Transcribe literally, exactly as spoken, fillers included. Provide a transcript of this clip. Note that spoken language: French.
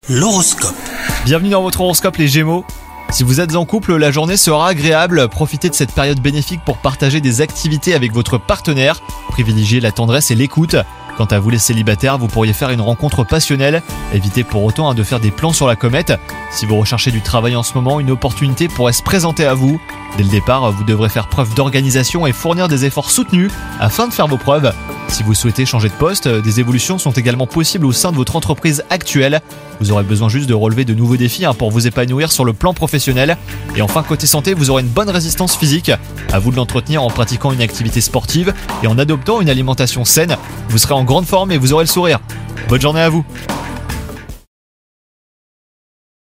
L'horoscope. Bienvenue dans votre horoscope les Gémeaux. Si vous êtes en couple, la journée sera agréable. Profitez de cette période bénéfique pour partager des activités avec votre partenaire. Privilégiez la tendresse et l'écoute. Quant à vous les célibataires, vous pourriez faire une rencontre passionnelle. Évitez pour autant hein, de faire des plans sur la comète. Si vous recherchez du travail en ce moment, une opportunité pourrait se présenter à vous. Dès le départ, vous devrez faire preuve d'organisation et fournir des efforts soutenus afin de faire vos preuves. Si vous souhaitez changer de poste, des évolutions sont également possibles au sein de votre entreprise actuelle. Vous aurez besoin juste de relever de nouveaux défis hein, pour vous épanouir sur le plan professionnel. Et enfin, côté santé, vous aurez une bonne résistance physique. À vous de l'entretenir en pratiquant une activité sportive et en adoptant une alimentation saine. Vous serez en grande forme et vous aurez le sourire. Bonne journée à vous!